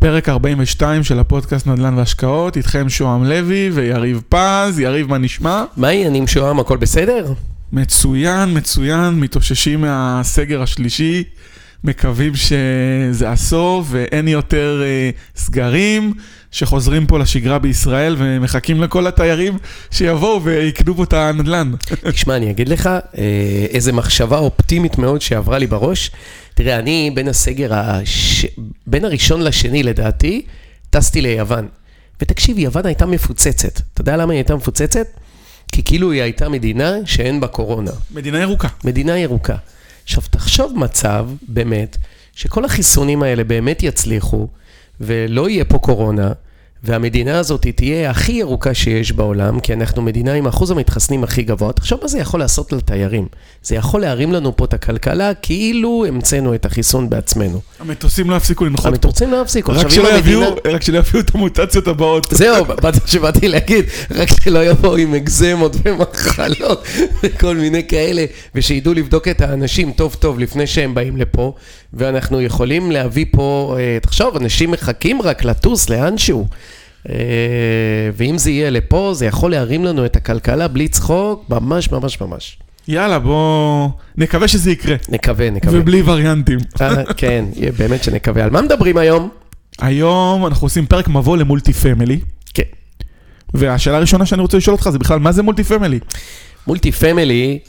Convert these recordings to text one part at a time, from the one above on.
פרק 42 של הפודקאסט נדל"ן והשקעות, איתכם שוהם לוי ויריב פז. יריב, מה נשמע? מה העניינים שוהם, הכל בסדר? מצוין, מצוין, מתאוששים מהסגר השלישי, מקווים שזה הסוף ואין יותר סגרים, שחוזרים פה לשגרה בישראל ומחכים לכל התיירים שיבואו ויקנו פה את הנדל"ן. תשמע, אני אגיד לך, איזו מחשבה אופטימית מאוד שעברה לי בראש. תראה, אני בין הראשון לשני לדעתי, טסתי ליוון. ותקשיב, יוון הייתה מפוצצת. אתה יודע למה היא הייתה מפוצצת? כי כאילו היא הייתה מדינה שאין בה קורונה. מדינה ירוקה. מדינה ירוקה. עכשיו, תחשוב מצב, באמת, שכל החיסונים האלה באמת יצליחו, ולא יהיה פה קורונה, והמדינה הזאת תהיה הכי ירוקה שיש בעולם, כי אנחנו מדינה עם אחוז המתחסנים הכי גבוה. תחשוב מה זה יכול לעשות לתיירים. זה יכול להרים לנו פה את הכלכלה, כאילו המצאנו את החיסון בעצמנו. המטוסים לא יפסיקו לנחות פה. המטוסים לא יפסיקו. רק שלא יביאו את המוטציות הבאות. זהו, שבאתי להגיד, רק שלא יבואו עם אקזמות ומחלות וכל מיני כאלה, ושידעו לבדוק את האנשים טוב טוב לפני שהם באים לפה, ואנחנו יכולים להביא פה, תחשוב, אנשים מחכים רק לטוס לאנשהו. ואם זה יהיה לפה, זה יכול להרים לנו את הכלכלה בלי צחוק, ממש ממש ממש. יאללה, בוא נקווה שזה יקרה. נקווה. ובלי וריאנטים. כן, באמת שנקווה. על מה מדברים היום? היום אנחנו עושים פרק מבוא למולטי פמילי. כן. והשאלה הראשונה שאני רוצה לשאול אותך זה בכלל, מה זה מולטי פמילי? מולטי פמילי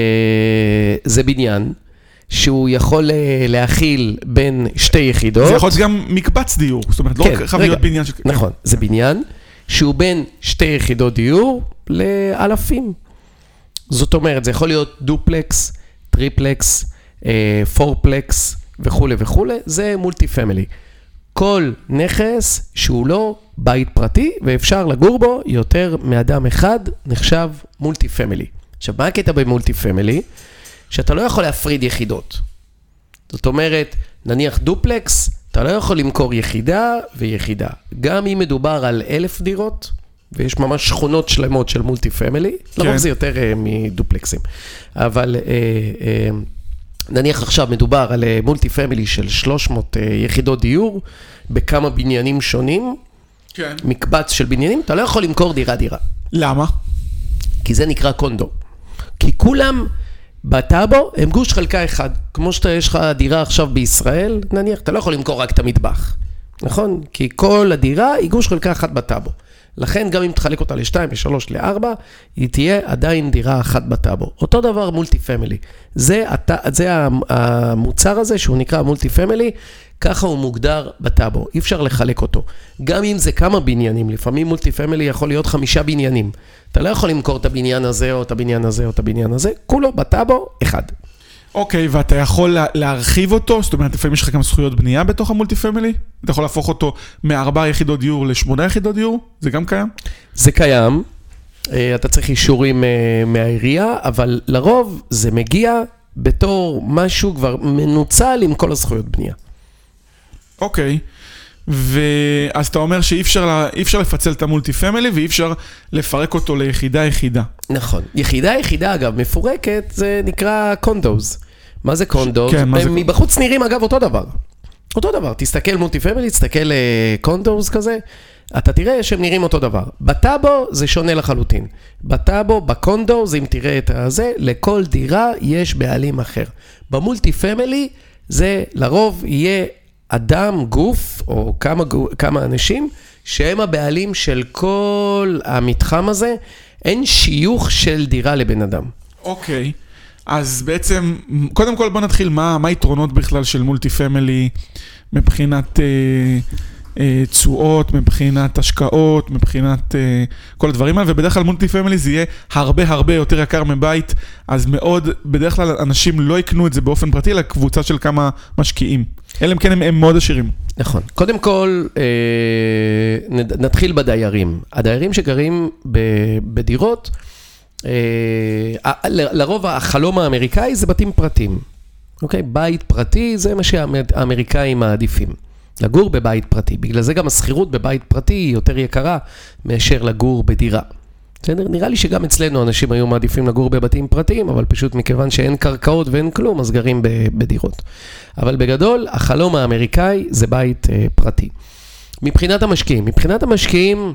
זה בניין שהוא יכול להכיל בין שתי יחידות. זה יכול להיות גם מקבץ דיור, זאת אומרת, לא חייב להיות בניין. נכון, זה בניין שהוא בין שתי יחידות דיור לאלפים. זאת אומרת, זה יכול להיות דופלקס, טריפלקס, פורפלקס וכו' וכו', זה מולטי פמילי. כל נכס שהוא לא בית פרטי ואפשר לגור בו יותר מאדם אחד נחשב מולטי פמילי. עכשיו, מה הקטע במולטי פמילי? שאתה לא יכול להפריד יחידות. זאת אומרת, נניח דופלקס, אתה לא יכול למכור יחידה ויחידה. גם אם מדובר על 1,000 דירות, ויש ממש שכונות שלמות של מולטי פמילי, לרוב זה יותר מדופלקסים. אבל נניח עכשיו מדובר על מולטי פמילי של 300 יחידות דיור, בכמה בניינים שונים, מקבץ של בניינים, אתה לא יכול למכור דירה. למה? כי זה נקרא קונדו. כי כולם בטאבו הם גוש חלקה אחד. כמו שיש לך דירה עכשיו בישראל, נניח, אתה לא יכול למכור רק את המטבח. נכון? כי כל הדירה היא גוש חלקה אחת בטאבו. לכן גם אם תחלק אותה ל2, ל3, ל4, היא תהיה עדיין דירה אחת בטאבו. אותו דבר מולטי פמילי. זה המוצר הזה שהוא נקרא מולטי פמילי, ככה הוא מוגדר בטאבו. אי אפשר לחלק אותו. גם אם זה כמה בניינים, לפעמים מולטי פמילי יכול להיות 5 בניינים. אתה לא יכול למכור את הבניין הזה או את הבניין הזה או את הבניין הזה, כולו בטאבו אחד. אוקיי, ואתה יכול להרחיב אותו? זאת אומרת, לפעמים יש לך גם זכויות בנייה בתוך המולטי פמילי? אתה יכול להפוך אותו מ4 יחידות דיור ל8 יחידות דיור? זה גם קיים? זה קיים. אתה צריך אישורים מהעירייה, אבל לרוב זה מגיע בתור משהו כבר מנוצל עם כל הזכויות בנייה. אוקיי. אז אתה אומר שאי אפשר לפצל את המולטי פמילי ואי אפשר לפרק אותו ליחידה. נכון. יחידה אגב מפורקת זה נקרא קונדוז. מה זה קונדוז? מבחוץ נראים אגב אותו דבר. תסתכל מולטי פמילי, תסתכל קונדוז כזה, אתה תראה שהם נראים אותו דבר. בטאבו זה שונה לחלוטין. בטאבו, בקונדוז, אם תראה את זה, לכל דירה יש בעלים אחר. במולטי פמילי זה לרוב יהיה אדם, גוף, או כמה אנשים, שהם הבעלים של כל המתחם הזה, אין שיוך של דירה לבן אדם. אוקיי, אז בעצם, קודם כל בוא נתחיל, מה היתרונות בכלל של מולטי פמילי, מבחינת תשואות, מבחינת השקעות, מבחינת כל הדברים האלה, ובדרך כלל מולטי פמילי זה יהיה הרבה יותר יקר מבית, אז מאוד, בדרך כלל אנשים לא יקנו את זה באופן פרטי, אלא קבוצה של כמה משקיעים. אלא אם כן הם מאוד עשירים. נכון. קודם כל, נתחיל בדיירים. הדיירים שגרים בדירות, לרוב החלום האמריקאי זה בתים פרטיים. אוקיי? בית פרטי זה מה שהאמריקאים מעדיפים. לגור בבית פרטי. בגלל זה גם הסחירות בבית פרטי היא יותר יקרה מאשר לגור בדירה. נראה לי שגם אצלנו אנשים היו מעדיפים לגור בבתים פרטיים, אבל פשוט מכיוון שאין קרקעות ואין כלום, אז גרים בדירות. אבל בגדול, החלום האמריקאי זה בית פרטי. מבחינת המשקיעים,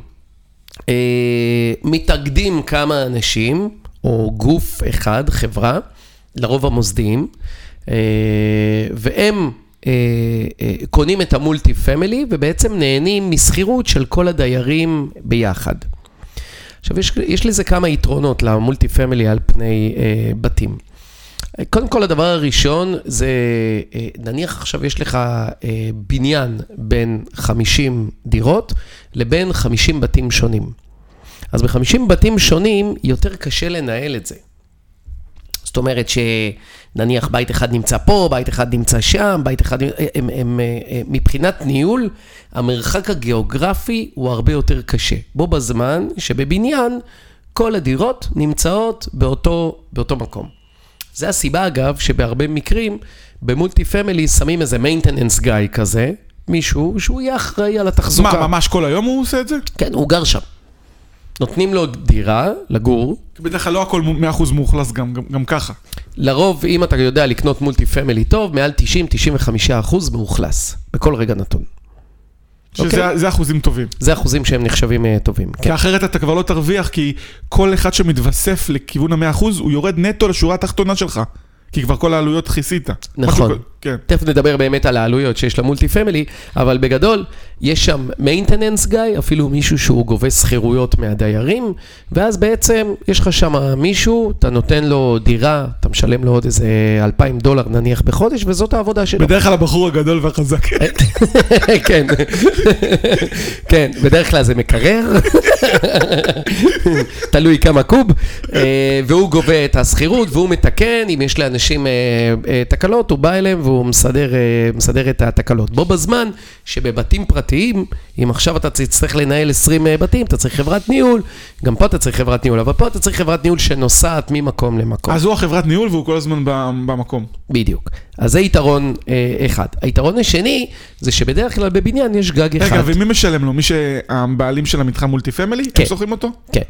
מתאגדים כמה אנשים, או גוף אחד, חברה, לרוב המוסדיים, והם קונים את המולטי פמילי, ובעצם נהנים מסחירות של כל הדיירים ביחד. עכשיו, יש לזה כמה יתרונות למולטי פמילי על פני בתים. קודם כל, הדבר הראשון זה, נניח עכשיו יש לך בניין בין 50 דירות לבין 50 בתים שונים. אז ב-50 בתים שונים יותר קשה לנהל את זה. זאת אומרת שנניח בית אחד נמצא פה, בית אחד נמצא שם, בית אחד, מבחינת ניהול, המרחק הגיאוגרפי הוא הרבה יותר קשה. בו בזמן שבבניין כל הדירות נמצאות באותו מקום. זה הסיבה אגב שבהרבה מקרים במולטי פמילי שמים איזה maintenance guy כזה, מישהו שהוא יהיה אחראי על התחזוקה. מה, ממש כל היום הוא עושה את זה? כן, הוא גר שם. נותנים לו דירה לגור. בדרך כלל לא הכל 100% מאוכלס גם ככה. לרוב, אם אתה יודע לקנות מולטי פמילי טוב, מעל 90-95% מאוכלס, בכל רגע נתון. שזה אחוזים טובים. זה אחוזים שהם נחשבים טובים. כי אחרת אתה כבר לא תרוויח, כי כל אחד שמתווסף לכיוון ה-100%, הוא יורד נטו לשורה התחתונה שלך. כי כבר כל העלויות חיסית. נכון. כן. תכף נדבר באמת על העלויות שיש למולטי פמילי, אבל בגדול, יש שם maintenance guy, אפילו מישהו שהוא גובה שכירויות מהדיירים, ואז בעצם יש לך שם מישהו, אתה נותן לו דירה, אתה משלם לו עוד איזה $2,000 נניח בחודש, וזאת העבודה שלו. בדרך כלל הבחור הגדול והחזק. כן. כן, בדרך כלל זה מקרר, תלוי כמה קוב, והוא גובה את השכירות, והוא מתקן, אם יש לאנשים תקלות, הוא בא אליהם והוא מסדר את התקלות. בו בזמן שבבתים פרטיים, אם עכשיו אתה צריך לנהל 20 בתים, אתה צריך חברת ניהול, גם פה אתה צריך חברת ניהול, אבל פה אתה צריך חברת ניהול שנוסעת ממקום למקום. אז הוא החברת ניהול והוא כל הזמן במקום. בדיוק. אז זה יתרון אחד. היתרון השני זה שבדרך כלל בבניין יש גג אחד. רגע, ומי משלם לו? מי שהבעלים של המתחם מולטי פמילי? כן. הם שוכרים אותו? כן.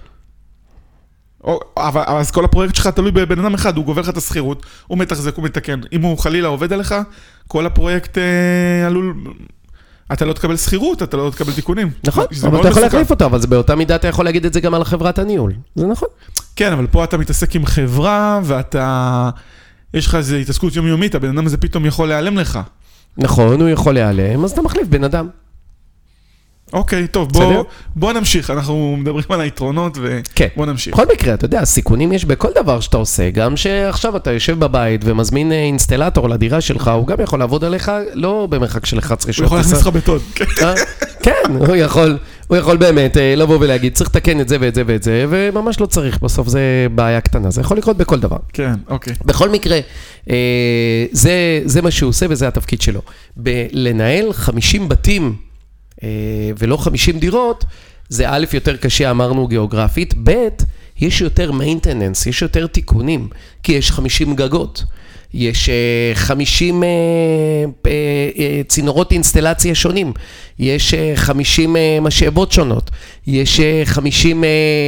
אבל אז כל הפרויקט שלך תלוי בבן אדם אחד, הוא גובר לך את השכירות, הוא מתחזק, הוא מתקן. אם הוא חלילה עובד עליך, כל הפרויקט עלול... אתה לא תקבל שכירות, אתה לא תקבל תיקונים. נכון, אבל אתה יכול להחליף אותו, אבל באותה מידה אתה יכול להגיד את זה גם על חברת הניהול. זה נכון. כן, אבל פה אתה מתעסק עם חברה, ואתה... יש לך איזו התעסקות יומיומית, הבן אדם הזה פתאום יכול להיעלם לך. נכון, הוא יכול להיעלם, אז אתה מחליף בן אדם. אוקיי, טוב, בוא נמשיך, אנחנו מדברים על היתרונות ובוא נמשיך. בכל מקרה, אתה יודע, סיכונים יש בכל דבר שאתה עושה, גם שעכשיו אתה יושב בבית ומזמין אינסטלטור לדירה שלך, הוא גם יכול לעבוד עליך, לא במרחק של 11 שעות. הוא יכול להכניס לך בטון. כן, הוא יכול באמת לבוא ולהגיד, צריך לתקן את זה ואת זה ואת זה, וממש לא צריך, בסוף זה בעיה קטנה, זה יכול לקרות בכל דבר. כן, אוקיי. בכל מקרה, זה מה שהוא עושה וזה התפקיד שלו. לנהל 50 בתים, ולא 50 דירות, זה א' יותר קשה, אמרנו גיאוגרפית, ב' יש יותר maintenance, יש יותר תיקונים, כי יש 50 גגות, יש 50 צינורות אינסטלציה שונים, יש 50 משאבות שונות, יש 50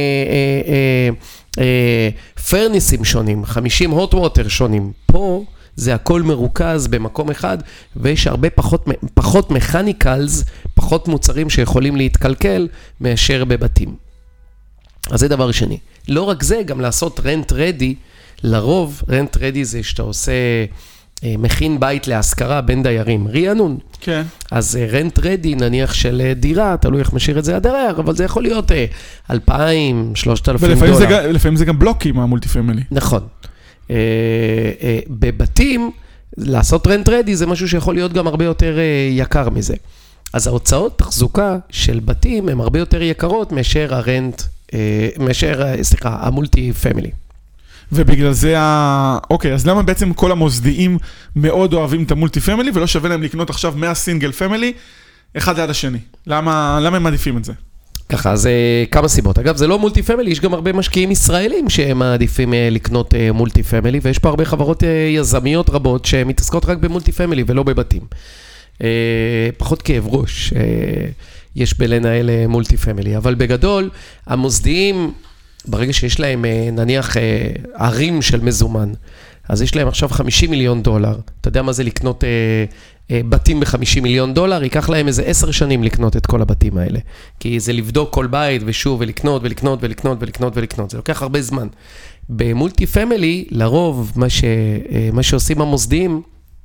פרניסים שונים, 50 hot water שונים, פה זה הכל מרוכז במקום אחד, ויש הרבה פחות מכניקלס, פחות מוצרים שיכולים להתקלקל מאשר בבתים. אז זה דבר שני. לא רק זה, גם לעשות rent ready, לרוב rent ready זה שאתה עושה, מכין בית להשכרה בין דיירים, רענון. כן. אז rent ready נניח של דירה, תלוי איך משאיר את זה הדייר, אבל זה יכול להיות 2,000, 3,000 דולר. ולפעמים זה גם בלוקים המולטי פמילי. נכון. בבתים, לעשות rent ready זה משהו שיכול להיות גם הרבה יותר יקר מזה. אז ההוצאות תחזוקה של בתים הן הרבה יותר יקרות מאשר המולטי פמילי. ובגלל זה, אוקיי, אז למה בעצם כל המוסדיים מאוד אוהבים את המולטי פמילי, ולא שווה להם לקנות עכשיו 100 סינגל פמילי, אחד ליד השני? למה הם מעדיפים את זה? ככה, זה כמה סיבות. אגב, זה לא מולטי פמילי, יש גם הרבה משקיעים ישראלים שהם מעדיפים לקנות מולטי פמילי, ויש פה הרבה חברות יזמיות רבות שמתעסקות רק במולטי פמילי ולא בבתים. פחות כאב ראש יש בלנהל מולטי פמילי, אבל בגדול, המוסדיים, ברגע שיש להם נניח ערים של מזומן, אז יש להם עכשיו $50 מיליון. אתה יודע מה זה לקנות בתים ב$50 מיליון, ייקח להם איזה 10 שנים לקנות את כל הבתים האלה. כי זה לבדוק כל בית ושוב ולקנות ולקנות ולקנות ולקנות ולקנות. זה לוקח הרבה זמן. במולטי פמילי, לרוב, מה שעושים המוסדיים,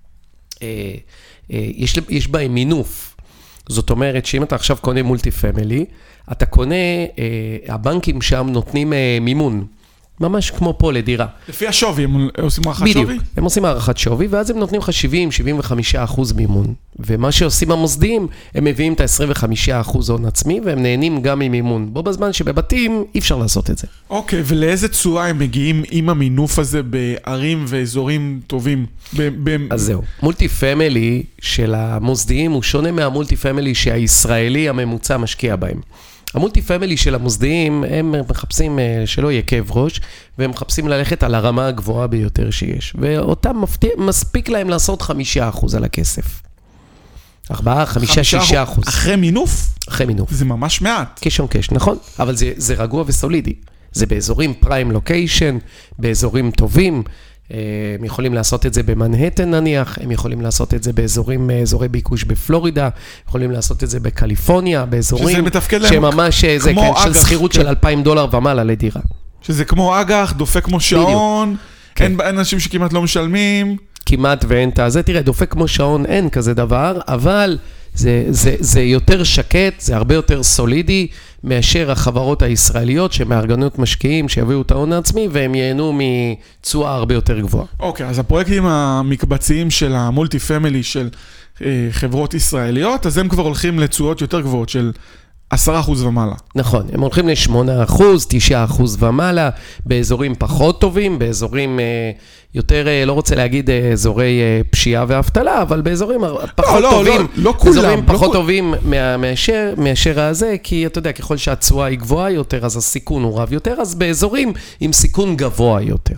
יש בהם מינוף. זאת אומרת שאם אתה עכשיו קונה מולטי פמילי, אתה קונה, הבנקים שם נותנים מימון. ממש כמו פה לדירה. לפי השווי, הם עושים הערכת שווי? בדיוק, הם עושים הערכת שווי, ואז הם נותנים לך 70-75% מימון. ומה שעושים המוסדיים, הם מביאים את ה-25% הון עצמי, והם נהנים גם ממימון. בו בזמן שבבתים אי אפשר לעשות את זה. אוקיי, ולאיזה צורה הם מגיעים עם המינוף הזה בערים ואזורים טובים? אז זהו. מולטי פמילי של המוסדיים הוא שונה מהמולטי פמילי שהישראלי הממוצע משקיע בהם. המולטי פמילי של המוסדיים, הם מחפשים שלא יהיה כאב ראש, והם מחפשים ללכת על הרמה הגבוהה ביותר שיש. ואותם מספיק להם לעשות 5% על הכסף. 4, 5, 6%. אחרי מינוף? אחרי מינוף. זה ממש מעט. קשון קש, נכון? אבל זה רגוע וסולידי. זה באזורים פריים לוקיישן, באזורים טובים, הם יכולים לעשות את זה במנהטן נניח, הם יכולים לעשות את זה באזורי ביקוש בפלורידה, יכולים לעשות את זה בקליפורניה, באזורים שממש זה של שכירות של $2,000 ומעלה לדירה. שזה כמו אגח, דופק כמו שעון, אין אנשים שכמעט לא משלמים. כמעט ואין את זה, תראה, דופק כמו שעון אין כזה דבר, אבל זה יותר שקט, זה הרבה יותר סולידי, מאשר החברות הישראליות שמארגנות משקיעים שיביאו את ההון העצמי והם ייהנו מצועה הרבה יותר גבוהה. אוקיי, אז הפרויקטים המקבציים של המולטי פמילי של חברות ישראליות, אז הם כבר הולכים לתשואות יותר גבוהות של 10% ומעלה. נכון, הם הולכים ל8%, 9% ומעלה, באזורים פחות טובים, באזורים יותר, לא רוצה להגיד אזורי פשיעה ואבטלה, אבל באזורים פחות טובים, אזורים פחות טובים מאשר הזה, כי אתה יודע, ככל שהצועה היא גבוהה יותר, אז הסיכון הוא רב יותר, אז באזורים עם סיכון גבוה יותר.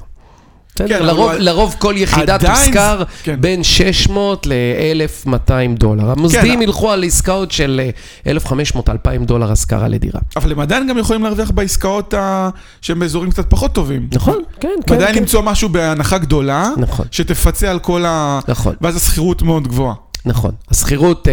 לרוב כל יחידה תוזכר בין 600 ל-$1,200. המוסדים ילכו על עסקאות של $1,500-$2,000 השכרה לדירה. אבל הם עדיין גם יכולים להרוויח בעסקאות שהם באזורים קצת פחות טובים. נכון, כן. ועדיין למצוא משהו בהנחה גדולה, שתפצה על כל ואז הסחירות מאוד גבוהה. נכון, הסחירות,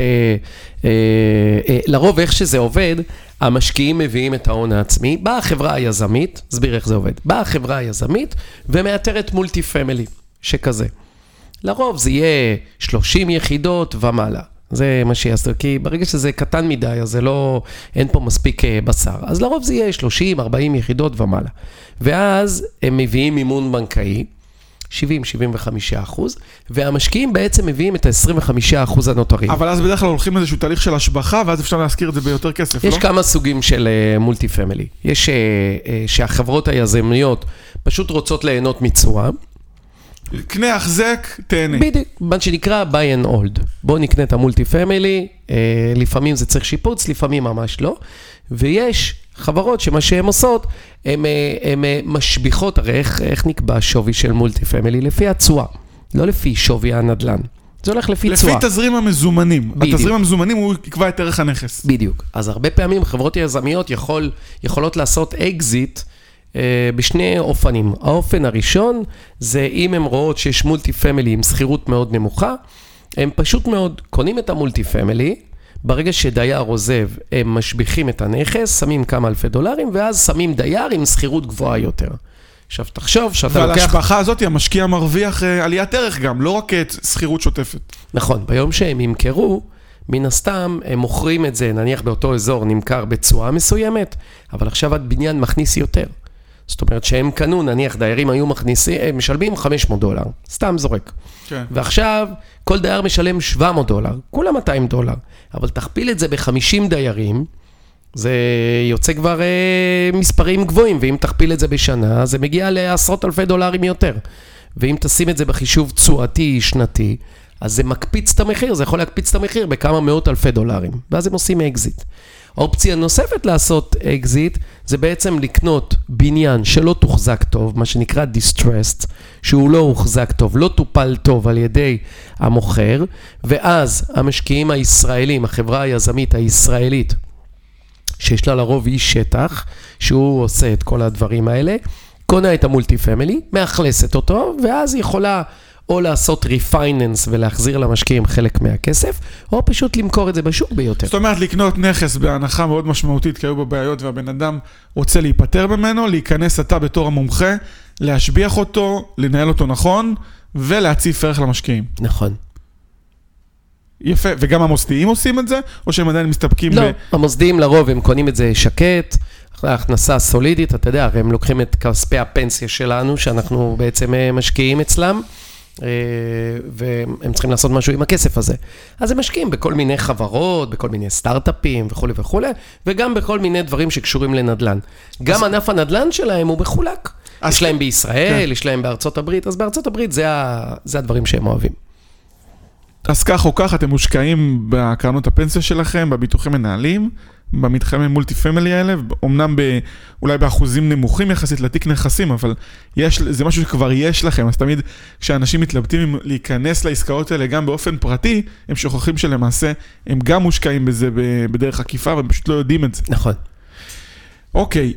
לרוב איך שזה עובד, המשקיעים מביאים את ההון העצמי, באה החברה היזמית, הסביר איך זה עובד, באה החברה היזמית ומאתרת מולטי פמילי, שכזה. לרוב זה יהיה 30 יחידות ומעלה, זה מה שיעשה, כי ברגע שזה קטן מדי, אז זה לא, אין פה מספיק בשר, אז לרוב זה יהיה 30-40 יחידות ומעלה. ואז הם מביאים מימון בנקאי, 70-75%, והמשקיעים בעצם מביאים את ה-25% הנותרים. אבל אז בדרך כלל הולכים לאיזשהו תהליך של השבחה, ואז אפשר להזכיר את זה ביותר כסף, לא? יש כמה סוגים של מולטי פמילי. יש שהחברות היזמיות פשוט רוצות ליהנות מצועה. קנה, החזק, תהנה. בדיוק, מה שנקרא buy and hold. בואו נקנה את המולטי פמילי, לפעמים זה צריך שיפוץ, לפעמים ממש לא. ויש חברות שמה שהן עושות, הן משביחות, הרי איך נקבע שווי של מולטי פמילי? לפי הצועה, לא לפי שווי הנדלן. זה הולך לפי צועה. לפי תזרים המזומנים. התזרים המזומנים הוא יקבע את ערך הנכס. בדיוק. אז הרבה פעמים חברות יזמיות יכולות לעשות אקזיט בשני אופנים. האופן הראשון זה אם הן רואות שיש מולטי פמילי עם שכירות מאוד נמוכה, הם פשוט מאוד קונים את המולטי פמילי, ברגע שדייר עוזב, הם משביחים את הנכס, שמים כמה $1,000, ואז שמים דייר עם שכירות גבוהה יותר. עכשיו, תחשוב שאתה לוקח... ועל ההשבחה הזאת, המשקיע מרוויח עליית ערך גם, לא רק את שכירות שוטפת. נכון, ביום שהם ימכרו, מן הסתם, הם מוכרים את זה, נניח באותו אזור נמכר בצורה מסוימת, אבל עכשיו הבניין מכניס יותר. זאת אומרת שהם קנו, נניח דיירים היו מכניסים, הם משלמים $500, סתם זורק. כן. ועכשיו כל דייר משלם $700, כולה $200, אבל תכפיל את זה ב-50 דיירים, זה יוצא כבר מספרים גבוהים, ואם תכפיל את זה בשנה, זה מגיע לעשרות אלפי דולרים יותר. ואם תשים את זה בחישוב צועתי שנתי, אז זה מקפיץ את המחיר, זה יכול להקפיץ את המחיר בכמה מאות אלפי דולרים, ואז הם עושים אקזיט. האופציה נוספת לעשות אקזיט, זה בעצם לקנות בניין שלא תוחזק טוב, מה שנקרא distressed, שהוא לא הוחזק טוב, לא טופל טוב על ידי המוכר, ואז המשקיעים הישראלים, החברה היזמית הישראלית, שיש לה לרוב איש שטח, שהוא עושה את כל הדברים האלה, קונה את המולטי פמילי, מאכלסת אותו, ואז היא יכולה או לעשות ריפייננס ולהחזיר למשקיעים חלק מהכסף, או פשוט למכור את זה בשוק ביותר. זאת אומרת, לקנות נכס בהנחה מאוד משמעותית, כי היו בבעיות והבן אדם רוצה להיפטר ממנו, להיכנס אתה בתור המומחה, להשביח אותו, לנהל אותו נכון, ולהציף ערך למשקיעים. נכון. יפה, וגם המוסדיים עושים את זה, או שהם עדיין מסתפקים לא, המוסדיים לרוב הם קונים את זה שקט, הכנסה סולידית, אתה יודע, הם לוקחים את כספי הפנסיה שלנו, שאנחנו בעצם משקיעים אצלם, והם צריכים לעשות משהו עם הכסף הזה. אז הם משקיעים בכל מיני חברות, בכל מיני סטארט-אפים וכו' וכו', וגם בכל מיני דברים שקשורים לנדל"ן. גם ענף הנדל"ן שלהם הוא מחולק. יש להם בישראל, יש להם בארצות הברית, אז בארצות הברית זה הדברים שהם אוהבים. אז כך או כך, אתם מושקעים בקרנות הפנסיה שלכם, בביטוחים מנהלים, במתחמים מולטי פמילי האלה, אמנם אולי באחוזים נמוכים יחסית לתיק נכסים, אבל זה משהו שכבר יש לכם, אז תמיד כשאנשים מתלבטים להיכנס לעסקאות האלה גם באופן פרטי, הם שוכחים שלמעשה הם גם מושקעים בזה בדרך עקיפה, והם פשוט לא יודעים את זה. נכון. אוקיי,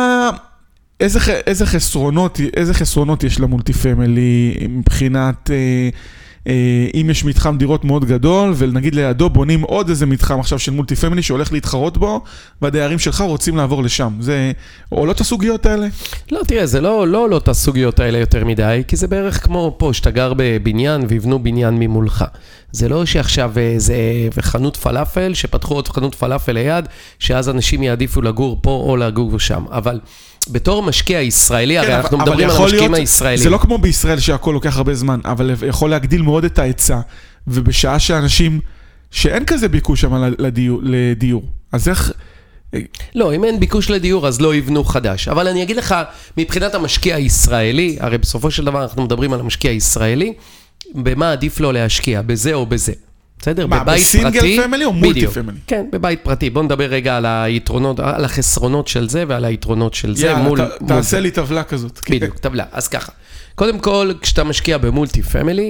איזה חסרונות יש למולטי פמילי מבחינת... אם יש מתחם דירות מאוד גדול, ונגיד לידו בונים עוד איזה מתחם עכשיו של מולטי פמילי שהולך להתחרות בו, והדיירים שלך רוצים לעבור לשם. זה עולות הסוגיות האלה? לא, תראה, זה לא עולות הסוגיות האלה יותר מדי, כי זה בערך כמו פה, שאתה גר בבניין ויבנו בניין ממולך. זה לא שעכשיו זה חנות פלאפל, שפתחו עוד חנות פלאפל ליד, שאז אנשים יעדיפו לגור פה או לגור שם. אבל בתור משקיע ישראלי, הרי אנחנו מדברים על המשקיעים הישראלים. זה לא כמו בישראל שהכל לוקח הרבה זמן, אבל יכול להגדיל מאוד את ההיצע, ובשעה שאנשים, שאין כזה ביקוש שם לדיור. אז איך... לא, אם אין ביקוש לדיור, אז לא יבנו חדש. אבל אני אגיד לך, מבחינת המשקיע הישראלי, הרי בסופו של דבר אנחנו מדברים על המשקיע הישראלי, במה עדיף לו להשקיע, בזה או בזה. בסדר? מה, בסינגל פמילי או מולטי פמילי? כן, בבית פרטי. בוא נדבר רגע על היתרונות, על החסרונות של זה ועל היתרונות של זה. יאללה, תעשה לי טבלה כזאת. בדיוק, טבלה. אז ככה. קודם כל, כשאתה משקיע במולטי פמילי,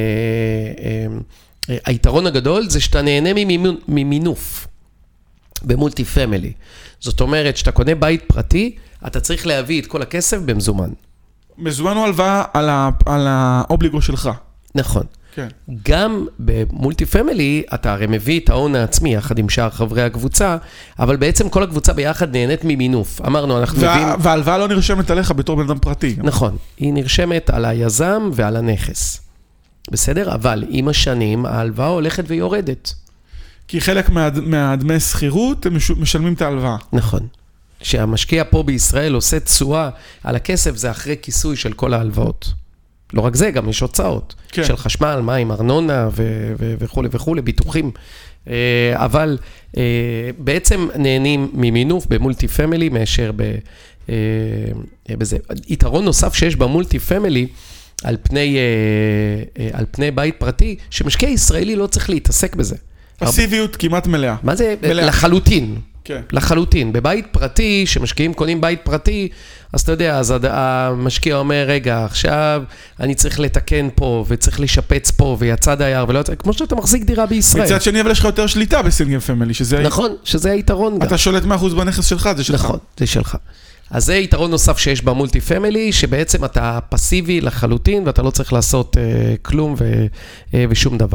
היתרון הגדול זה שאתה נהנה ממינוף במולטי פמילי. זאת אומרת, שאתה קונה בית פרטי, אתה צריך להביא את כל הכסף במזומן. מזומן או הלוואה על האובליגו שלך. נכון. כן. גם במולטי פמילי, אתה הרי מביא את ההון העצמי יחד עם שאר חברי הקבוצה, אבל בעצם כל הקבוצה ביחד נהנית ממינוף. אמרנו, אנחנו מביאים... וההלוואה לא נרשמת עליך בתור בן אדם פרטי. נכון. היא נרשמת על היזם ועל הנכס. בסדר? אבל עם השנים, ההלוואה הולכת ויורדת. כי חלק מהדמי שכירות, הם משלמים את ההלוואה. נכון. שהמשקיע פה בישראל עושה תשואה על הכסף, זה אחרי כיסוי של כל ההלוואות. לא רק זה, גם יש הוצאות כן. של חשמל, מים, ארנונה וכו' וכו', ביטוחים. אבל בעצם נהנים ממינוף במולטי פמילי מאשר בזה. יתרון נוסף שיש במולטי פמילי על פני בית פרטי, שמשקיע ישראלי לא צריך להתעסק בזה. פסיביות כמעט מלאה. מה זה? מלאה. לחלוטין. כן. לחלוטין. בבית פרטי, שמשקיעים קונים בית פרטי, אז אתה יודע, אז המשקיע אומר, רגע, עכשיו אני צריך לתקן פה, וצריך לשפץ פה, ויצא דייר, ולא יצא, כמו שאתה מחזיק דירה בישראל. מצד שני, אבל יש לך יותר שליטה בסינגל פמילי, שזה... נכון, שזה היתרון גם. אתה שולט 100% בנכס שלך, זה שלך. נכון, זה שלך. אז זה יתרון נוסף שיש במולטי פמילי, שבעצם אתה פסיבי לחלוטין, ואתה לא צריך לעשות כלום ושום דבר.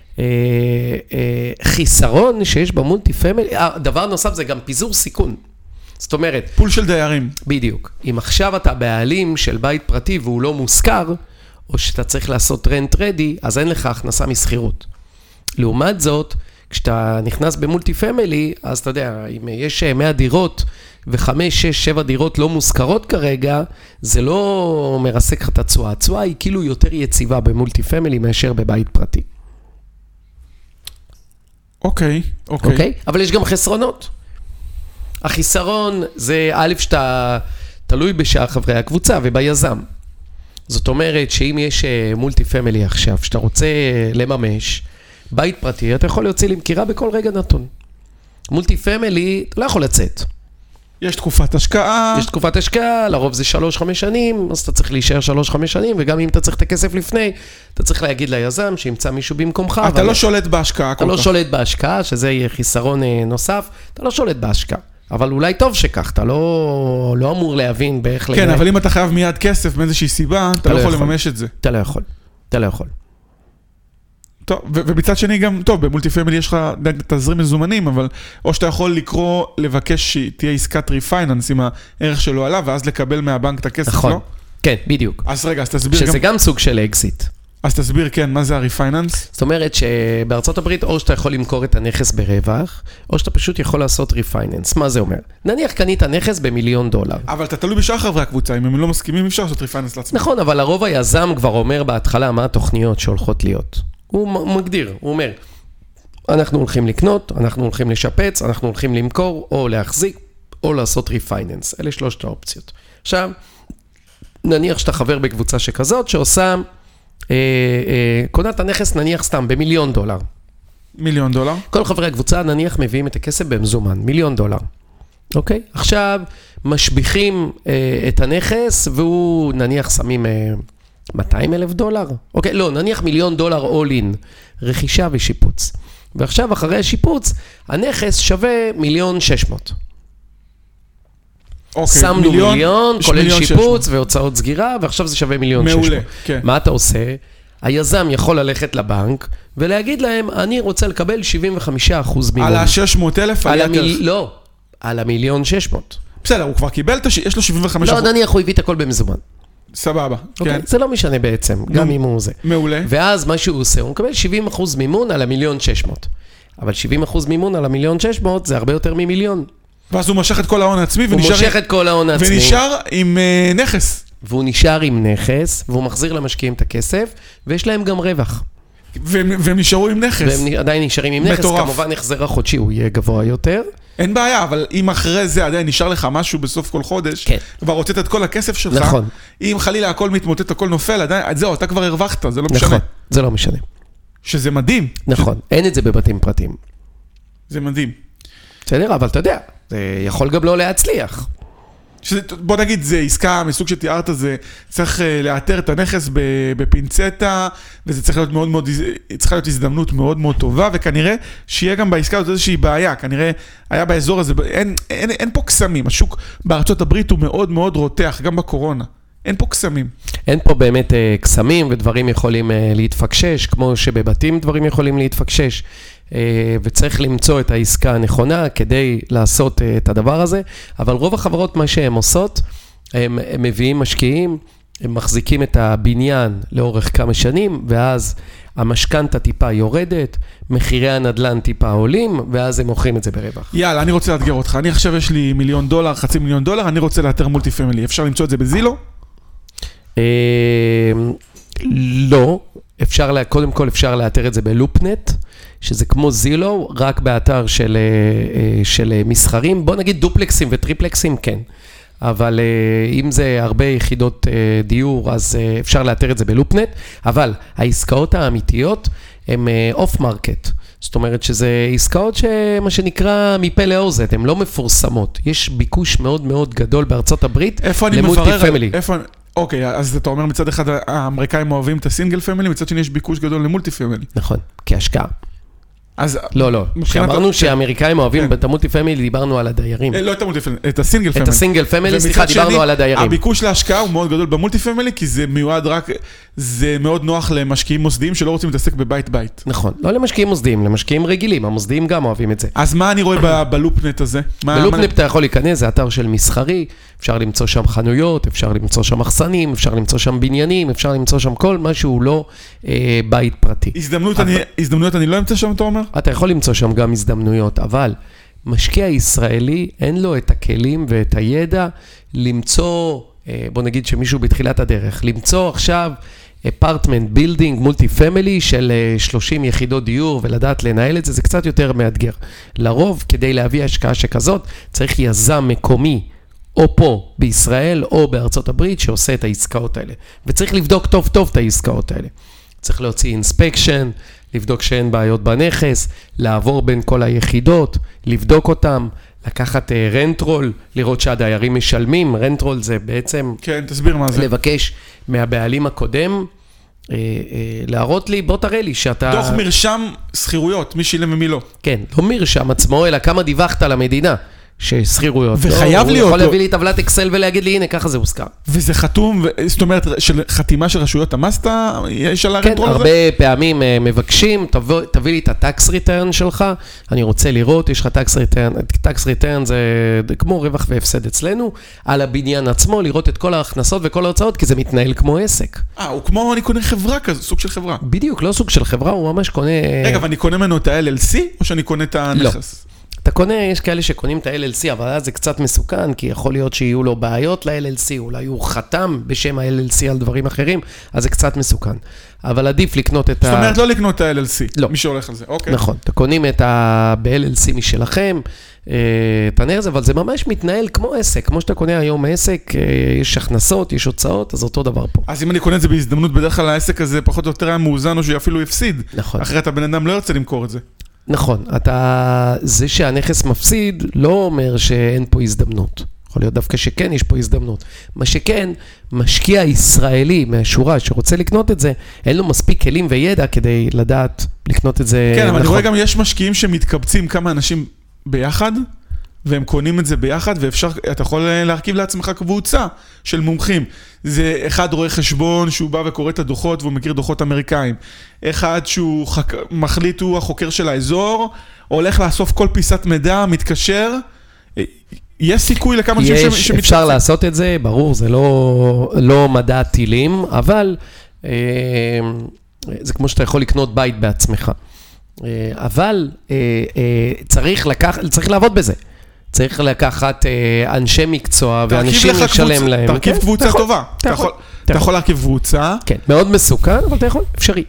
חיסרון שיש במולטי פמילי, דבר נוסף זה גם פיזור סיכון. זאת אומרת... פול של דיירים. בדיוק. אם עכשיו אתה בעלים של בית פרטי והוא לא מושכר, או שאתה צריך לעשות רנט רדי, אז אין לך הכנסה מסחירות. לעומת זאת, כשאתה נכנס במולטי פמילי, אז אתה יודע, אם יש 100 דירות, ו5, 6, 7 דירות לא מושכרות כרגע, זה לא מרסק לך את התשואה. התשואה היא כאילו יותר יציבה במולטי פמילי מאשר בבית פרטי. אוקיי. אבל יש גם חסרונות. החיסרון זה א' שאתה תלוי בשאר חברי הקבוצה וביזם. זאת אומרת שאם יש מולטי פמילי עכשיו, שאתה רוצה לממש בית פרטי, אתה יכול להוציא למכירה בכל רגע נתון. מולטי פמילי, אתה לא יכול לצאת. יש תקופת השקעה. יש תקופת השקעה, לרוב זה 3-5 שנים, אז אתה צריך להישאר 3-5 שנים, וגם אם אתה צריך את הכסף לפני, אתה צריך להגיד ליזם שימצא מישהו במקומך. אתה לא שולט בהשקעה. אתה לא שולט בהשקעה, שזה יהיה חיסרון נוסף, אתה לא שולט בהשקעה. אבל אולי טוב שכך, אתה לא אמור להבין באיך... כן, אבל אם אתה חייב מיד כסף מאיזושהי סיבה, אתה לא יכול לממש את זה. אתה לא יכול. אתה לא יכול. טוב, ובצד שני גם, טוב, במולטי פמילי יש לך תזרים מזומנים, אבל או שאתה יכול לקרוא, לבקש שתהיה עסקת ריפייננס עם הערך שלו עליו, ואז לקבל מהבנק את הכסף, נכון. לא? כן, בדיוק. אז רגע, אז תסביר שזה גם סוג של אקזיט. אז תסביר, כן, מה זה הריפייננס? זאת אומרת שבארצות הברית, או שאתה יכול למכור את הנכס ברווח, או שאתה פשוט יכול לעשות ריפייננס. מה זה אומר? נניח קנית נכס $1,000,000. אבל אתה תלוי בשאר חברי הקבוצה, אם הם לא מסכימים, אפשר לעשות ריפייננס לעצמם. נכון, אבל הרוב היזם כבר אומר בהתחלה מה התוכניות שהולכות להיות. הוא מגדיר, הוא אומר, אנחנו הולכים לקנות, אנחנו הולכים לשפץ, אנחנו הולכים למכור, או להחזיק, או לעשות ריפייננס. אלה שלושת האופציות. עכשיו, נניח שאתה חבר בקבוצה שכזאת, שעושה, קונת הנכס נניח סתם $1,000,000. $1,000,000? כל חברי הקבוצה נניח מביאים את הכסף במזומן, $1,000,000. אוקיי? עכשיו, משביחים את הנכס, והוא נניח שמים $200,000. אוקיי, לא, נניח $1,000,000 all in, רכישה ושיפוץ. ועכשיו, אחרי השיפוץ, הנכס שווה $1,600,000. אוקיי, שמנו $1,000,000, כולל שיפוץ והוצאות סגירה, ועכשיו זה שווה $1,600,000. מעולה, כן. מה אתה עושה? היזם יכול ללכת לבנק, ולהגיד להם, אני רוצה לקבל 75% מימון. על ה-600,000? לא, על $1,600,000. בסדר, הוא כבר קיבל, יש לו 75%. לא, נניח הוא הביא את הכל במזומן. סבבה, כן. זה לא משנה בעצם, גם אם הוא זה. מעולה. ואז מה שהוא עושה, הוא מקבל 70% מימון על $1,600,000. אבל 70% מימון על $1,600,000 זה הרבה יותר מ1,000,000. ואז הוא מושך את כל ההון העצמי, הוא מושך את כל ההון העצמי. ונשאר עם נכס. והוא נשאר עם נכס, והוא מחזיר למשקיעים את הכסף, ויש להם גם רווח. והם נשארו עם נכס. והם עדיין נשארים עם נכס, מטורף. כמובן החזר החודשי הוא יהיה גבוה יותר. אין בעיה, אבל אם אחרי זה עדיין נשאר לך משהו בסוף כל חודש, כן. כבר הוצאת את כל הכסף שלך, נכון. אם חלילה הכל מתמוטט, הכל נופל, עדיין, זהו, אתה כבר הרווחת, זה לא משנה. נכון, זה לא משנה. שזה מדהים. נכון, אין את זה בבתים פרטיים. זה מדהים. בסדר, אבל אתה יודע, זה יכול גם לא להצליח. בוא נגיד, זה עסקה מסוג שתיארת, זה צריך לאתר את הנכס בפינצטה, וזה צריך להיות מאוד מאוד, צריכה להיות הזדמנות מאוד מאוד טובה, וכנראה שיהיה גם בעסקה הזאת איזושהי בעיה, כנראה היה באזור הזה, אין פה קסמים, השוק בארצות הברית הוא מאוד מאוד רותח, גם בקורונה. אין פה קסמים. אין פה באמת קסמים, ודברים יכולים להתפקשש, כמו שבבתים דברים יכולים להתפקשש, וצריך למצוא את העסקה הנכונה כדי לעשות את הדבר הזה, אבל רוב החברות מה שהן עושות, הם מביאים משקיעים, הם מחזיקים את הבניין לאורך כמה שנים, ואז המשכנתא טיפה יורדת, מחירי הנדל"ן טיפה עולים, ואז הם מוכרים את זה ברווח. יאללה, אני רוצה לאתגר אותך. אני עכשיו יש לי $1,000,000, $500,000, אני רוצה לאתר מולטי פמילי. אפשר למצוא את זה בזילו? לא, קודם כל אפשר לאתר את זה בלופנט, שזה כמו זילו, רק באתר של מסחרים. בוא נגיד דופלקסים וטריפלקסים, כן. אבל אם זה הרבה יחידות דיור, אז אפשר לאתר את זה בלופנט. אבל העסקאות האמיתיות הן אוף מרקט. זאת אומרת שזה עסקאות שמה שנקרא מפה לאוזן, הן לא מפורסמות. יש ביקוש מאוד מאוד גדול בארצות הברית למולטי פמילי. אוקיי, אז אתה אומר מצד אחד האמריקאים אוהבים את הסינגל פמילי, מצד שני יש ביקוש גדול למולטי פמילי. נכון, כהשקעה. אז לא, כשאמרנו שהאמריקאים אוהבים את המולטי פמילי, דיברנו על הדיירים. לא את המולטי פמילי, את הסינגל פמילי. את הסינגל פמילי, סליחה, דיברנו על הדיירים. הביקוש להשקעה הוא מאוד גדול במולטי פמילי, כי זה מיועד רק, זה מאוד נוח למשקיעים מוסדיים שלא רוצים להתעסק בבית בית. נכון, לא למשקיעים מוסדיים, למשקיעים רגילים, המוסדיים גם אוהבים את זה. אז מה אני רואה בלופנט הזה? בלופנט אתה יכול להיכנס, זה אתר של מסחרי, אפשר למצוא שם חנויות, אפשר למצוא שם מחסנים, אפשר למצוא שם בניינים, אפשר למצוא שם כל משהו לא בית פרטי. הזדמנויות אני לא אמצא שם, אתה אומר? אתה יכול למצוא שם גם הזדמנויות, אבל משקיע ישראלי אין לו את הכלים ואת הידע למצוא, בוא נגיד שמישהו בתחילת הדרך, למצוא עכשיו אפרטמנט, בילדינג, מולטי פמילי של 30 יחידות דיור ולדעת לנהל את זה, זה קצת יותר מאתגר. לרוב, כדי להביא השקעה שכזאת, צריך יזם מקומי, או פה בישראל או בארצות הברית, שעושה את העסקאות האלה. וצריך לבדוק טוב טוב את העסקאות האלה. צריך להוציא אינספקשן, לבדוק שאין בעיות בנכס, לעבור בין כל היחידות, לבדוק אותם, לקחת רנטרול, לראות שהדיירים משלמים. רנטרול זה בעצם... כן, תסביר מה זה. לבקש מהבעלים הקודם, להראות לי, בוא תראה לי שאתה... דוח מרשם סחירויות, מי שילם ומי לא. כן, לא מרשם עצמו, אלא כמה דיווחת למדינה. ששכירויות. וחייב הוא להיות... יכול להביא לי טבלת אקסל ולהגיד לי, הנה, ככה זה הוזכר. וזה חתום, זאת אומרת, של חתימה של רשויות המס, יש על הרנטרול הזה? כן, הרבה פעמים מבקשים, תביא לי את הטקס ריטרן שלך, אני רוצה לראות, יש לך טקס ריטרן זה כמו רווח והפסד אצלנו, על הבניין עצמו, לראות את כל ההכנסות וכל ההוצאות, כי זה מתנהל כמו עסק. הוא כמו אני קונה חברה כזה, סוג של חברה. בדיוק, לא סוג של חברה, הוא ממש קונה... רגע, ואני קונה ממנו את ה-LLC, או שאני קונה את הנכס? אתה קונה, יש כאלה שקונים את ה-LLC, אבל אז זה קצת מסוכן, כי יכול להיות שיהיו לו בעיות ל-LLC, אולי הוא חתם בשם ה-LLC על דברים אחרים, אז זה קצת מסוכן. אבל עדיף לקנות את זאת אומרת, לא לקנות את ה-LLC, לא. מי שהולך על זה, אוקיי. נכון, אתה קונים את ב-LLC משלכם, את הנרס, אבל זה ממש מתנהל כמו עסק, כמו שאתה קונה היום עסק, יש הכנסות, יש הוצאות, אז אותו דבר פה. אז אם אני קונה את זה בהזדמנות, בדרך כלל העסק הזה פחות או יותר היה מאוזן, או שאפילו הפסיד. נכון. אחרת הבן אדם לא ירצה למכור את זה. נכון, זה שהנכס מפסיד לא אומר שאין פה הזדמנות. יכול להיות דווקא שכן יש פה הזדמנות. מה שכן, משקיע ישראלי מהשורה שרוצה לקנות את זה, אין לו מספיק כלים וידע כדי לדעת לקנות את זה. כן, אבל נכון. אני רואה גם יש משקיעים שמתקבצים כמה אנשים ביחד, והם קונים את זה ביחד, ואתה יכול להרכיב לעצמך קבוצה של מומחים. זה אחד רואה חשבון שהוא בא וקורא את הדוחות, והוא מכיר דוחות אמריקאים. אחד שהוא מחליט הוא החוקר של האזור, הולך לאסוף כל פיסת מידע, מתקשר. יש סיכוי לכמה אנשים שמתקצים. אפשר לעשות את זה, ברור, זה לא מדע טילים, אבל זה כמו שאתה יכול לקנות בית בעצמך. אבל צריך לעבוד בזה. צריך לקחת אנשי מקצוע ואנשים לשלם להם. תרכיב קבוצה טובה. אתה יכול להרכיב קבוצה. כן, מאוד מסוכן, אבל אתה יכול, אפשרי.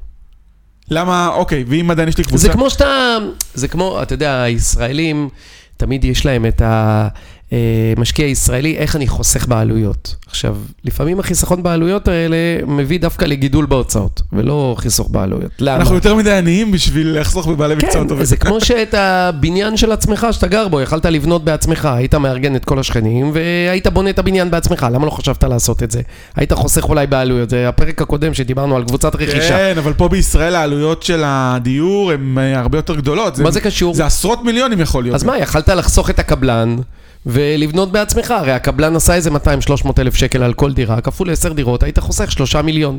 למה, אוקיי, ואם עדיין יש לי קבוצה? זה כמו, אתה יודע, הישראלים, תמיד יש להם את המשקיע הישראלי, איך אני חוסך בעלויות. עכשיו, לפעמים החיסכון בעלויות האלה מביא דווקא לגידול בהוצאות, ולא חיסוך בעלויות. למה? אנחנו יותר מדי עניים בשביל לחסוך בבעלי מקצוע טובים. כן, זה כמו שאת הבניין של עצמך שאתה גר בו, יכלת לבנות בעצמך, היית מארגן את כל השכנים, והיית בונה את הבניין בעצמך, למה לא חשבת לעשות את זה? היית חוסך אולי בעלויות, זה הפרק הקודם שדיברנו על קבוצת רכישה. כן, אבל פה בישראל העלויות של הדיור הן הרבה יותר גדולות. מה זה קשור? זה עשרות מיליונים יכול להיות. אז מה, יכלת לחסוך את הקבלן ולבנות בעצמך, הרי הקבלן עשה איזה 200-300 אלף שקל על כל דירה, כפול 10 דירות, היית חוסך 3 מיליון.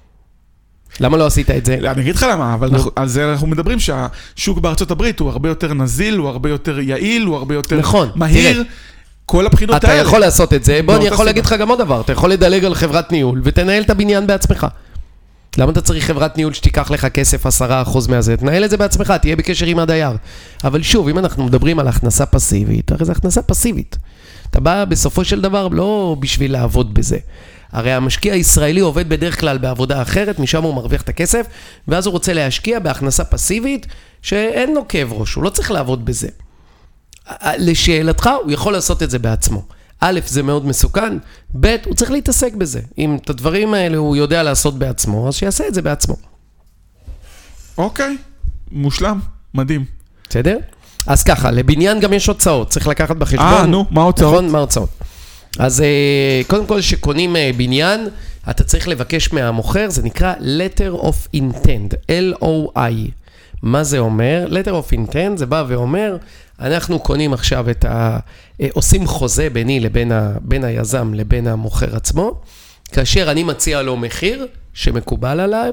למה לא עשית את זה? אני אגיד לך למה, אבל על זה אנחנו מדברים שהשוק בארצות הברית הוא הרבה יותר נזיל, הוא הרבה יותר יעיל, הוא הרבה יותר מהיר. כל הבחינות האלה. אתה יכול לעשות את זה, בוא אני יכול להגיד לך גם עוד דבר, אתה יכול לדלג על חברת ניהול ותנהל את הבניין בעצמך. למה אתה צריך חברת ניהול שתיקח לך כסף 10% מהזה? תנהל את זה בעצמך, תהיה בקשר עם הדייר. אבל שוב, אם אנחנו מדברים על הכנסה פסיבית, הרי זו הכנסה פסיבית. אתה בא בסופו של דבר לא בשביל לעבוד בזה. הרי המשקיע הישראלי עובד בדרך כלל בעבודה אחרת, משם הוא מרוויח את הכסף, ואז הוא רוצה להשקיע בהכנסה פסיבית שאין לו כאב ראש, הוא לא צריך לעבוד בזה. לשאלתך, הוא יכול לעשות את זה בעצמו. א', זה מאוד מסוכן, ב', הוא צריך להתעסק בזה. אם את הדברים האלה הוא יודע לעשות בעצמו, אז שיעשה את זה בעצמו. אוקיי, מושלם, מדהים. בסדר? אז ככה, לבניין גם יש הוצאות, צריך לקחת בחשבון. נו, מה ההוצאות? נכון, מה ההוצאות? אז קודם כל, שקונים בניין, אתה צריך לבקש מהמוכר, זה נקרא letter of intent, L-O-I. מה זה אומר? letter of intent זה בא ואומר, אנחנו קונים עכשיו עושים חוזה ביני בין היזם לבין המוכר עצמו, כאשר אני מציע לו מחיר שמקובל עליו,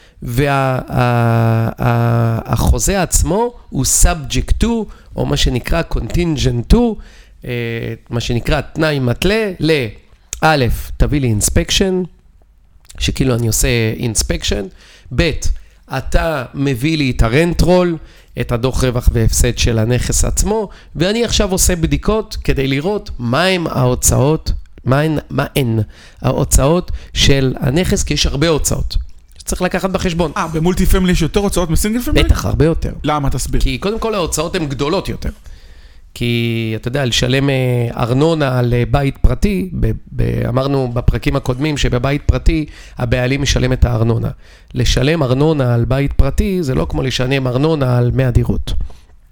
והחוזה עצמו הוא subject to, או מה שנקרא contingent to, מה שנקרא תנאי מתלה, א', תביא לי inspection, שכאילו אני עושה inspection, ב', אתה מביא לי את הרנטרול, את הדוח רווח והפסד של הנכס עצמו, ואני עכשיו עושה בדיקות כדי לראות מהן ההוצאות, מהן ההוצאות של הנכס, כי יש הרבה הוצאות. צריך לקחת בחשבון. במולטי פמילי יש יותר הוצאות מסינגל פמילי? בטח, הרבה יותר. למה? תסביר. כי קודם כל ההוצאות הן גדולות יותר. כי אתה יודע, לשלם ארנונה על בית פרטי, אמרנו בפרקים הקודמים שבבית פרטי הבעלים משלם את הארנונה. לשלם ארנונה על בית פרטי זה לא כמו לשלם ארנונה על 100 דירות.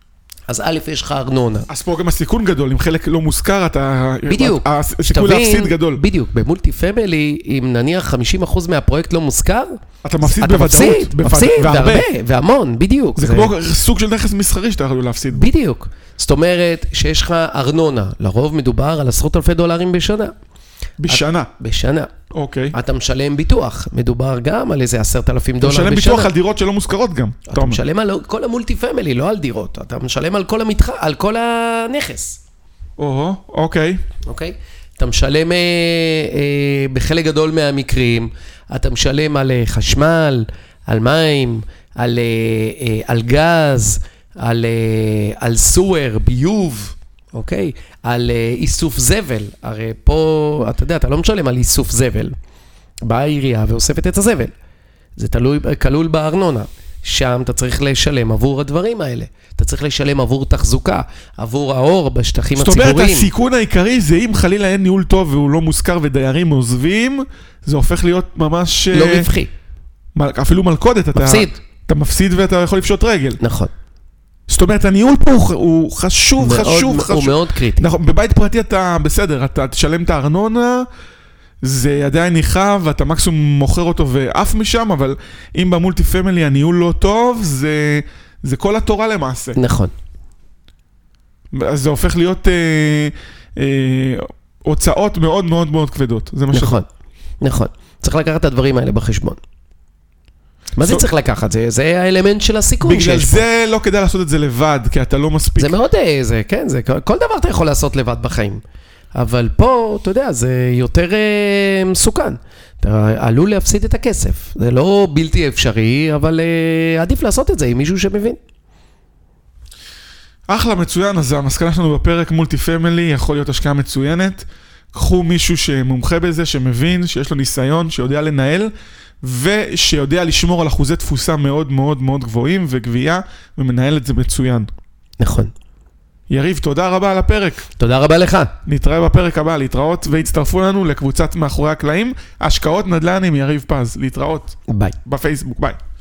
אז א', יש לך ארנונה. אז פה גם הסיכון גדול, אם חלק לא מוזכר, בדיוק. הסיכוי להפסיד גדול. בדיוק, במולטי פמילי, אם נניח 50% מהפרויקט לא מוזכר, אתה מפסיד בוודאות. מפסיד, והרבה, והמון, בדיוק. זה כמו סוג של נכס מסחרי שאתה יכול להפסיד. בדיוק. זאת אומרת שיש לך ארנונה, לרוב מדובר על $10,000 בשנה. בשנה. אוקיי. אתה משלם ביטוח, מדובר גם על איזה $10,000 בשנה. אתה משלם ביטוח על דירות שלא מוזכרות גם. אתה משלם על כל המולטי פמילי, לא על דירות. אתה משלם על כל הנכס. אוקיי. אוקיי? אתה משלם בחלק גדול מהמקרים, אתה משלם על חשמל, על מים, על גז, על סואר, ביוב, אוקיי? על איסוף זבל. הרי פה, אתה יודע, אתה לא משלם על איסוף זבל. באה העירייה ואוספת את הזבל. זה כלול בארנונה. שם אתה צריך לשלם עבור הדברים האלה. אתה צריך לשלם עבור תחזוקה, עבור האור בשטחים הציבוריים. זאת אומרת, הסיכון העיקרי זה אם חלילה אין ניהול טוב והוא לא מוזכר ודיירים עוזבים, זה הופך להיות ממש... לא רווחי. אפילו מלכודת. מפסיד. אתה מפסיד ואתה יכול לפשוט רגל. נכון. זאת אומרת, הניהול פה הוא חשוב. הוא מאוד קריטי. נכון, בבית פרטי אתה בסדר, אתה תשלם את הארנונה, זה עדיין ניחב, ואתה מקסימום מוכר אותו ואף משם, אבל אם במולטי פמילי הניהול לא טוב, זה כל התורה למעשה. נכון. אז זה הופך להיות הוצאות מאוד מאוד מאוד כבדות. נכון, נכון. צריך לקחת את הדברים האלה בחשבון. מה זה צריך לקחת? זה האלמנט של הסיכון שיש פה. בגלל זה לא כדאי לעשות את זה לבד, כי אתה לא מספיק. זה מאוד, כן, כל דבר אתה יכול לעשות לבד בחיים. אבל פה, אתה יודע, זה יותר מסוכן. אתה עלול להפסיד את הכסף. זה לא בלתי אפשרי, אבל עדיף לעשות את זה עם מישהו שמבין. אחלה, מצוין. אז המסקנה שלנו בפרק מולטי פמילי יכול להיות השקעה מצוינת. קחו מישהו שמומחה בזה, שמבין, שיש לו ניסיון, שיודע לנהל, ושיודע לשמור על אחוזי תפוסה מאוד מאוד מאוד גבוהים וגבייה, ומנהל את זה מצוין. נכון. יריב, תודה רבה על הפרק. תודה רבה לך. נתראה בפרק הבא, להתראות, והצטרפו לנו לקבוצת מאחורי הקלעים, השקעות נדל"ן עם יריב פז. להתראות. ביי. בפייסבוק, ביי.